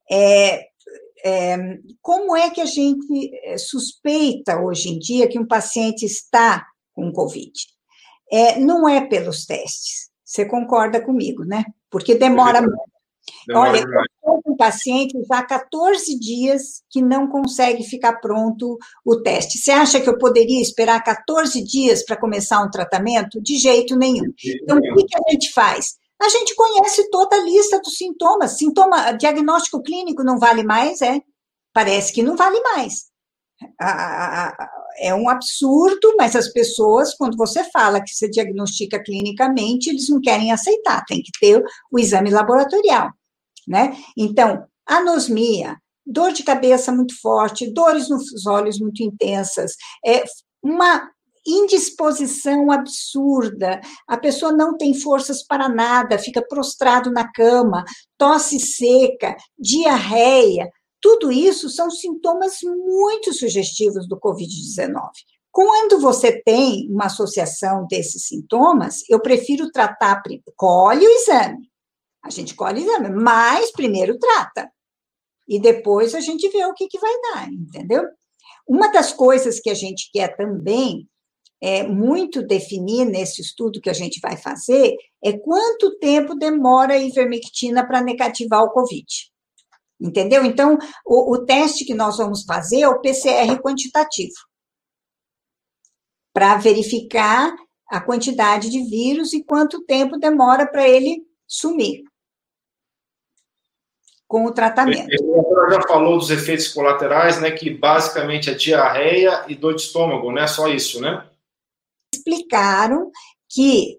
como é que a gente suspeita hoje em dia que um paciente está com Covid? Não é pelos testes, você concorda comigo, né? Porque demora muito. Olha, eu estou com um paciente já há 14 dias que não consegue ficar pronto o teste. Você acha que eu poderia esperar 14 dias para começar um tratamento? De jeito nenhum. Então, o que a gente faz? A gente conhece toda a lista dos sintomas. Diagnóstico clínico não vale mais, Parece que não vale mais. É um absurdo, mas as pessoas, quando você fala que você diagnostica clinicamente, eles não querem aceitar, tem que ter o exame laboratorial. né? Então, anosmia, dor de cabeça muito forte, dores nos olhos muito intensas, uma indisposição absurda, a pessoa não tem forças para nada, fica prostrado na cama, tosse seca, diarreia, tudo isso são sintomas muito sugestivos do Covid-19. Quando você tem uma associação desses sintomas, eu prefiro tratar, colhe o exame, a gente colhe o exame, mas primeiro trata, e depois a gente vê o que vai dar, entendeu? Uma das coisas que a gente quer também muito definir nesse estudo que a gente vai fazer é quanto tempo demora a ivermectina para negativar o Covid. Entendeu? Então, o teste que nós vamos fazer é o PCR quantitativo, para verificar a quantidade de vírus e quanto tempo demora para ele sumir com o tratamento. A senhora já falou dos efeitos colaterais, né, que basicamente é diarreia e dor de estômago, não é só isso, né? Explicaram que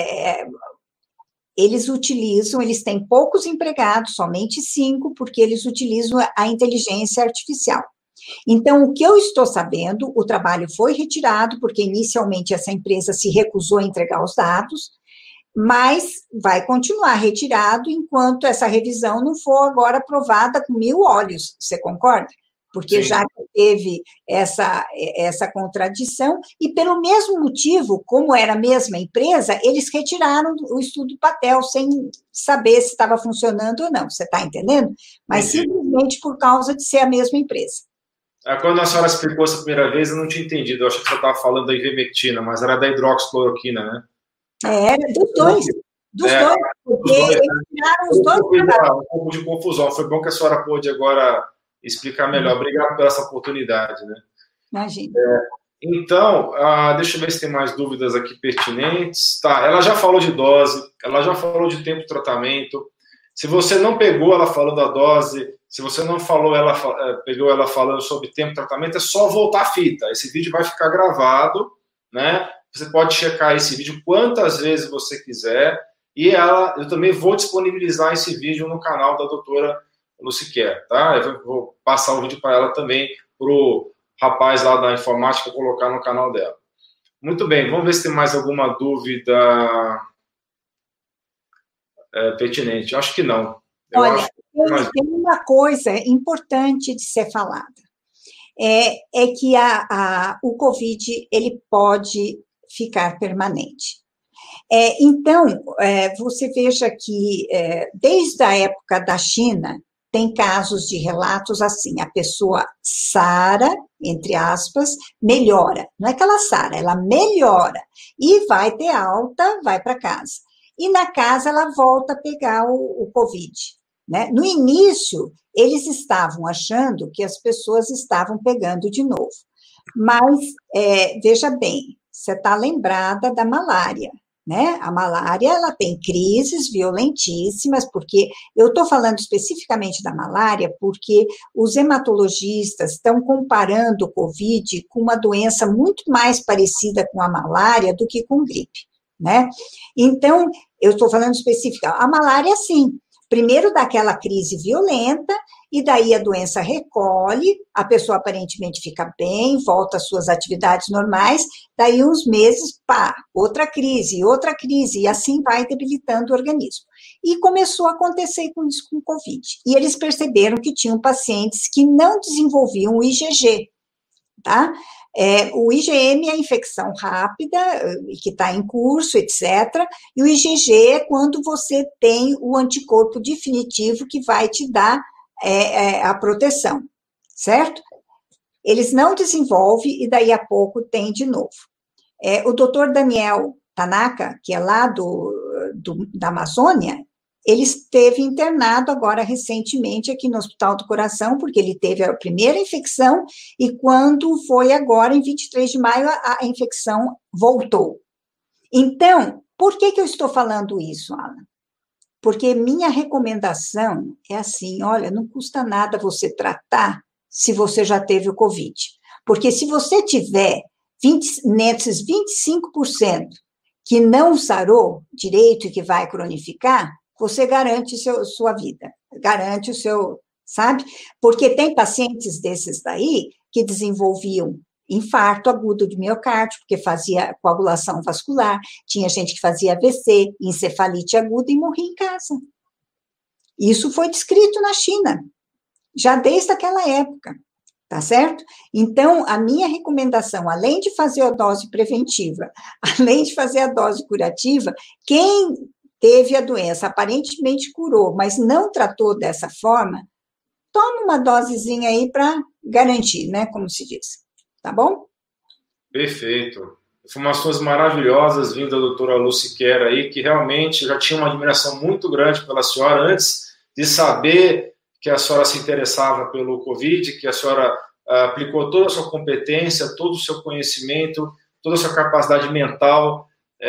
eles têm poucos empregados, somente 5, porque eles utilizam a inteligência artificial. Então, o que eu estou sabendo, o trabalho foi retirado, porque inicialmente essa empresa se recusou a entregar os dados, mas vai continuar retirado enquanto essa revisão não for agora aprovada com 1000 olhos, você concorda? Porque Sim. Já teve essa contradição, e pelo mesmo motivo, como era a mesma empresa, eles retiraram o estudo Patel, sem saber se estava funcionando ou não, você está entendendo? Mas simplesmente por causa de ser a mesma empresa. Quando a senhora explicou essa primeira vez, eu não tinha entendido, eu achei que você estava falando da ivermectina, mas era da hidroxicloroquina, né? Era dos dois. Dos dois, porque eles tiraram os dois. Um pouco de confusão, foi bom que a senhora pôde agora explicar melhor. Obrigado pela essa oportunidade, né? Imagina. Então, deixa eu ver se tem mais dúvidas aqui pertinentes. Tá, ela já falou de dose, ela já falou de tempo de tratamento. Se você não pegou ela falando da dose, se você não falou, pegou ela falando sobre tempo de tratamento, é só voltar a fita. Esse vídeo vai ficar gravado, né? Você pode checar esse vídeo quantas vezes você quiser. E eu também vou disponibilizar esse vídeo no canal da doutora Luciquer, tá? Eu vou passar o vídeo para ela também, para o rapaz lá da informática colocar no canal dela. Muito bem, vamos ver se tem mais alguma dúvida pertinente. Acho que não. Olha, tem uma coisa importante de ser falada. É que o Covid, ele pode ficar permanente. Então, você veja que desde a época da China, tem casos de relatos assim, a pessoa sara, entre aspas, melhora. Não é que ela sara, ela melhora. E vai ter alta, vai para casa. E na casa ela volta a pegar o Covid. Né? No início, eles estavam achando que as pessoas estavam pegando de novo. Mas, veja bem, você está lembrada da malária. Né? A malária, ela tem crises violentíssimas, porque eu estou falando especificamente da malária, porque os hematologistas estão comparando o Covid com uma doença muito mais parecida com a malária do que com gripe, né? Então, eu estou falando específica, a malária, sim, primeiro dá aquela crise violenta, e daí a doença recolhe, a pessoa aparentemente fica bem, volta às suas atividades normais, daí uns meses, pá, outra crise, e assim vai debilitando o organismo. E começou a acontecer com isso com o Covid. E eles perceberam que tinham pacientes que não desenvolviam o IgG, tá? O IgM é a infecção rápida, que está em curso, etc. E o IgG é quando você tem o anticorpo definitivo que vai te dar a proteção, certo? Eles não desenvolvem e daí a pouco tem de novo. O doutor Daniel Tanaka, que é lá da Amazônia, ele esteve internado agora recentemente aqui no Hospital do Coração, porque ele teve a primeira infecção e quando foi agora, em 23 de maio, a infecção voltou. Então, por que eu estou falando isso, Alan? Porque minha recomendação é assim, olha, não custa nada você tratar se você já teve o Covid. Porque se você tiver nesses 25% que não sarou direito e que vai cronificar, você garante sua vida, garante o seu, sabe? Porque tem pacientes desses daí que desenvolviam infarto agudo de miocárdio, porque fazia coagulação vascular, tinha gente que fazia AVC, encefalite aguda e morria em casa. Isso foi descrito na China, já desde aquela época, tá certo? Então, a minha recomendação, além de fazer a dose preventiva, além de fazer a dose curativa, quem teve a doença, aparentemente curou, mas não tratou dessa forma, toma uma dosezinha aí para garantir, né, como se diz. Tá bom? Perfeito. Informações maravilhosas vindo da doutora Lucy Quer aí, que realmente já tinha uma admiração muito grande pela senhora antes de saber que a senhora se interessava pelo Covid, que a senhora aplicou toda a sua competência, todo o seu conhecimento, toda a sua capacidade mental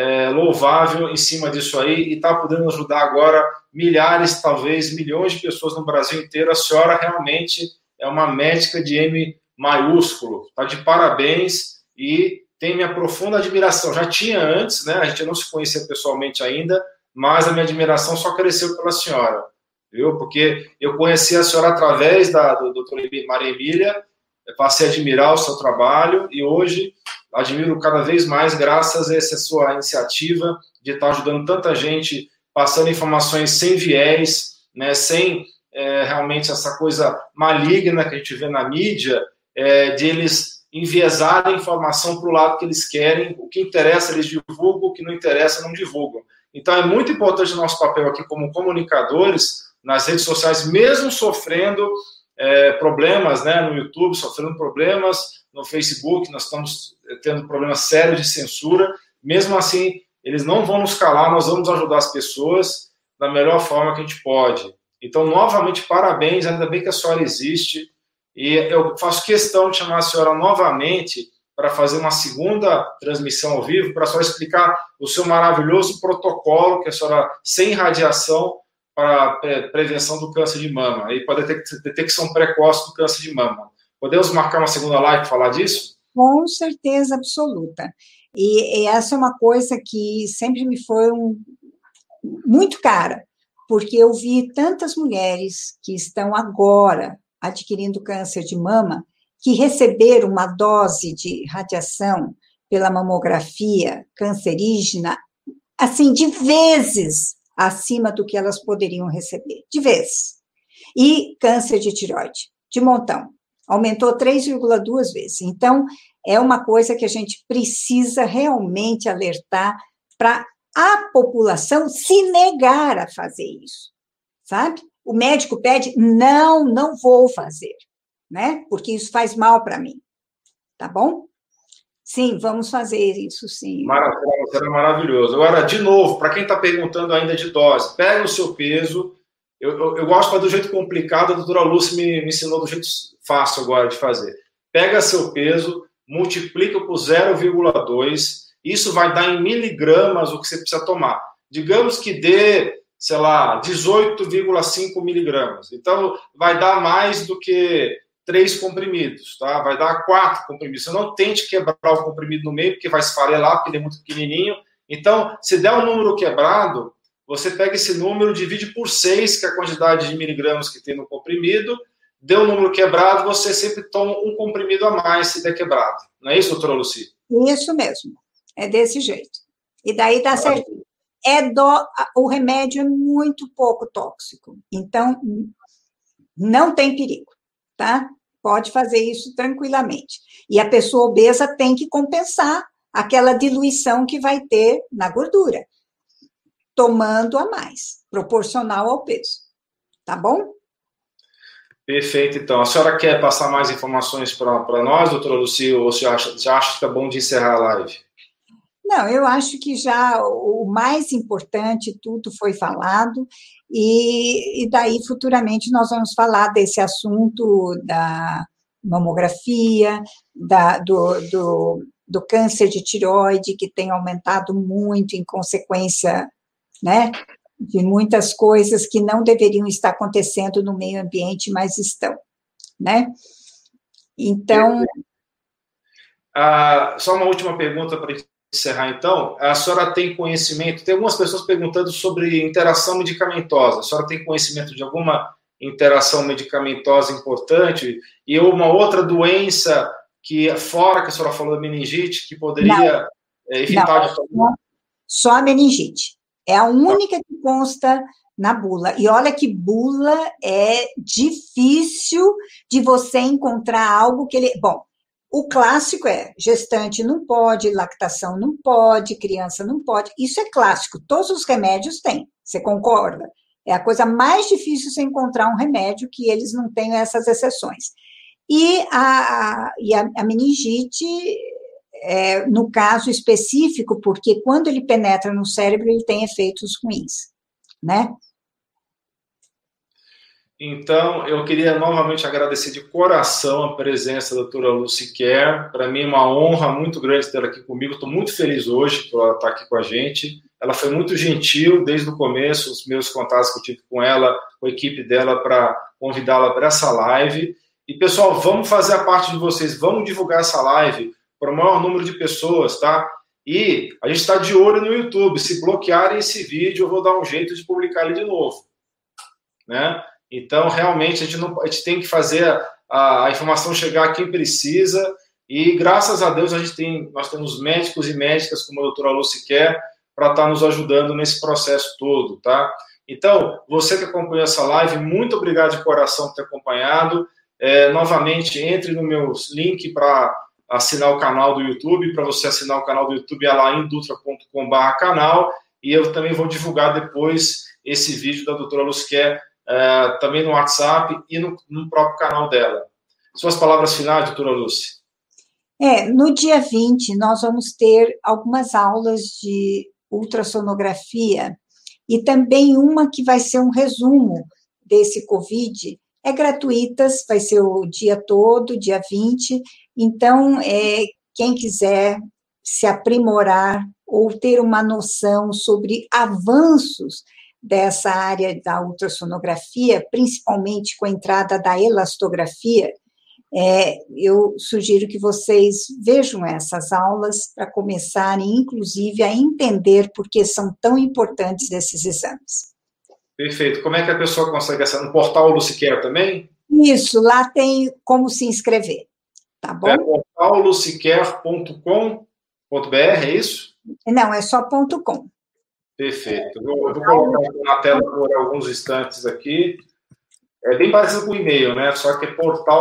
louvável em cima disso aí e está podendo ajudar agora milhares, talvez milhões de pessoas no Brasil inteiro. A senhora realmente é uma médica de M maiúsculo, está de parabéns e tem minha profunda admiração. Já tinha antes, né? A gente não se conhecia pessoalmente ainda, mas a minha admiração só cresceu pela senhora, viu? Porque eu conheci a senhora através da doutora Maria Emília, passei a admirar o seu trabalho e hoje admiro cada vez mais graças a essa sua iniciativa de estar ajudando tanta gente, passando informações sem viés, né? Sem realmente essa coisa maligna que a gente vê na mídia, de eles enviesarem a informação para o lado que eles querem, o que interessa eles divulgam, o que não interessa não divulgam. Então é muito importante o nosso papel aqui como comunicadores nas redes sociais, mesmo sofrendo problemas, né, no YouTube, sofrendo problemas no Facebook, nós estamos tendo problemas sérios de censura, mesmo assim eles não vão nos calar, nós vamos ajudar as pessoas da melhor forma que a gente pode. Então, novamente, parabéns, ainda bem que a senhora existe, e eu faço questão de chamar a senhora novamente para fazer uma segunda transmissão ao vivo, para a senhora explicar o seu maravilhoso protocolo, que a senhora, sem radiação, para prevenção do câncer de mama, e para detecção precoce do câncer de mama. Podemos marcar uma segunda live para falar disso? Com certeza absoluta. E essa é uma coisa que sempre me foi muito cara, porque eu vi tantas mulheres que estão agora adquirindo câncer de mama, que receberam uma dose de radiação pela mamografia cancerígena, assim, de vezes acima do que elas poderiam receber, de vezes. E câncer de tireoide, de montão, aumentou 3,2 vezes. Então, é uma coisa que a gente precisa realmente alertar para a população se negar a fazer isso, sabe? O médico pede, não vou fazer, né? Porque isso faz mal para mim, tá bom? Sim, vamos fazer isso, sim. Maravilha, será maravilhoso. Agora, de novo, para quem está perguntando ainda de dose, pega o seu peso. Eu gosto de fazer do jeito complicado, a doutora Lúcia me ensinou do jeito fácil agora de fazer. Pega seu peso, multiplica por 0,2, isso vai dar em miligramas o que você precisa tomar. Digamos que dê, sei lá, 18,5 miligramas. Então, vai dar mais do que 3 comprimidos, tá? Vai dar 4 comprimidos. Você não tente quebrar o comprimido no meio, porque vai esfarelar, porque ele é muito pequenininho. Então, se der um número quebrado, você pega esse número, divide por 6, que é a quantidade de miligramas que tem no comprimido, deu um número quebrado, você sempre toma um comprimido a mais se der quebrado. Não é isso, doutora Lucy? Isso mesmo. É desse jeito. E daí dá certo. O remédio é muito pouco tóxico. Então, não tem perigo, tá? Pode fazer isso tranquilamente. E a pessoa obesa tem que compensar aquela diluição que vai ter na gordura, tomando a mais, proporcional ao peso. Tá bom? Perfeito, então. A senhora quer passar mais informações para nós, doutora Lucy, ou você acha que está bom de encerrar a live? Não, eu acho que já o mais importante, tudo foi falado, e daí futuramente nós vamos falar desse assunto da mamografia, do câncer de tireoide, que tem aumentado muito em consequência, né, de muitas coisas que não deveriam estar acontecendo no meio ambiente, mas estão, né? Então... Só uma última pergunta para encerrar, então, a senhora tem conhecimento, tem algumas pessoas perguntando sobre interação medicamentosa, a senhora tem conhecimento de alguma interação medicamentosa importante e uma outra doença que, fora que a senhora falou da meningite, que poderia evitar... Não, só a meningite. É a única que consta na bula. E olha que bula é difícil de você encontrar algo que ele... Bom, o clássico é gestante não pode, lactação não pode, criança não pode. Isso é clássico. Todos os remédios têm. Você concorda? É a coisa mais difícil você encontrar um remédio que eles não tenham essas exceções. E a meningite, no caso específico, porque quando ele penetra no cérebro, ele tem efeitos ruins, né? Então, eu queria novamente agradecer de coração a presença da doutora Lucy Kerr. Para mim é uma honra muito grande ter ela aqui comigo. Estou muito feliz hoje por ela estar aqui com a gente. Ela foi muito gentil desde o começo, os meus contatos que eu tive com ela, com a equipe dela, para convidá-la para essa live. E, pessoal, vamos fazer a parte de vocês. Vamos divulgar essa live para o maior número de pessoas, tá? E a gente está de olho no YouTube. Se bloquearem esse vídeo, eu vou dar um jeito de publicar ele de novo, né? Então, realmente, a gente tem que fazer a informação chegar a quem precisa e, graças a Deus, nós temos médicos e médicas como a doutora Lucy Kerr para estar nos ajudando nesse processo todo, tá? Então, você que acompanhou essa live, muito obrigado de coração por ter acompanhado. Novamente, entre no meu link para assinar o canal do YouTube. Para você assinar o canal do YouTube, é lá indutra.com/canal, e eu também vou divulgar depois esse vídeo da doutora Lucy Kerr também no WhatsApp e no próprio canal dela. Suas palavras finais, doutora Lucy? No dia 20, nós vamos ter algumas aulas de ultrassonografia e também uma que vai ser um resumo desse COVID. Gratuitas, vai ser o dia todo, dia 20. Então, quem quiser se aprimorar ou ter uma noção sobre avanços dessa área da ultrassonografia, principalmente com a entrada da elastografia, eu sugiro que vocês vejam essas aulas para começarem, inclusive, a entender por que são tão importantes esses exames. Perfeito. Como é que a pessoa consegue acessar? No portal Lucy Kerr também? Isso, lá tem como se inscrever, tá bom? portallucykerr.com.br, é isso? Não, é só .com. Perfeito. Eu vou colocar na tela por alguns instantes aqui. É bem parecido com o e-mail, né? Só que é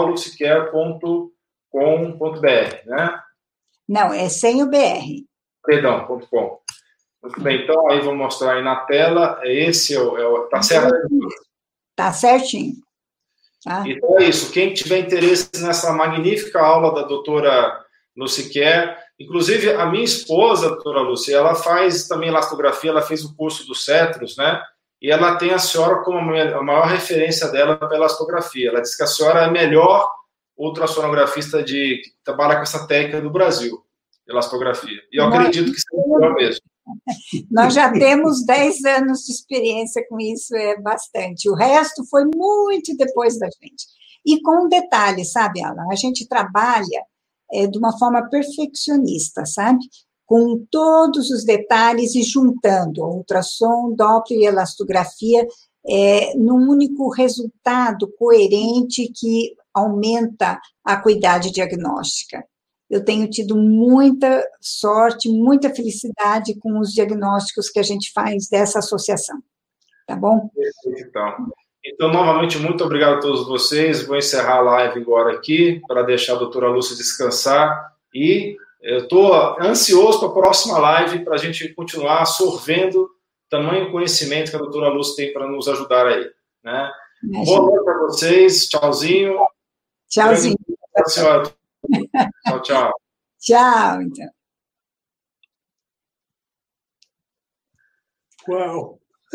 portallucykerr.com.br, né? Não, é sem o BR. Perdão, .com. Muito bem, então aí vou mostrar aí na tela. Esse tá certo? Tá certinho. Tá? Então é isso. Quem tiver interesse nessa magnífica aula da doutora Lucy Kerr, inclusive a minha esposa, a doutora Lucy, ela faz também elastografia, ela fez o curso do Cetros, né? E ela tem a senhora como a maior referência dela para elastografia. Ela diz que a senhora é a melhor ultrassonografista que trabalha com essa técnica do Brasil, elastografia. E eu acredito que seja melhor mesmo. Nós já temos 10 anos de experiência com isso, é bastante. O resto foi muito depois da gente. E com um detalhe, sabe, Alan? A gente trabalha de uma forma perfeccionista, sabe? Com todos os detalhes e juntando ultrassom, Doppler e elastografia num único resultado coerente que aumenta a acuidade diagnóstica. Eu tenho tido muita sorte, muita felicidade com os diagnósticos que a gente faz dessa associação. Tá bom? Então, novamente, muito obrigado a todos vocês. Vou encerrar a live agora aqui, para deixar a doutora Lúcia descansar. E eu estou ansioso para a próxima live, para a gente continuar absorvendo tamanho conhecimento que a doutora Lúcia tem para nos ajudar aí. Né? Boa noite para vocês. Tchauzinho. Tchauzinho. Tchau, tchau. Tchau, então. Uau.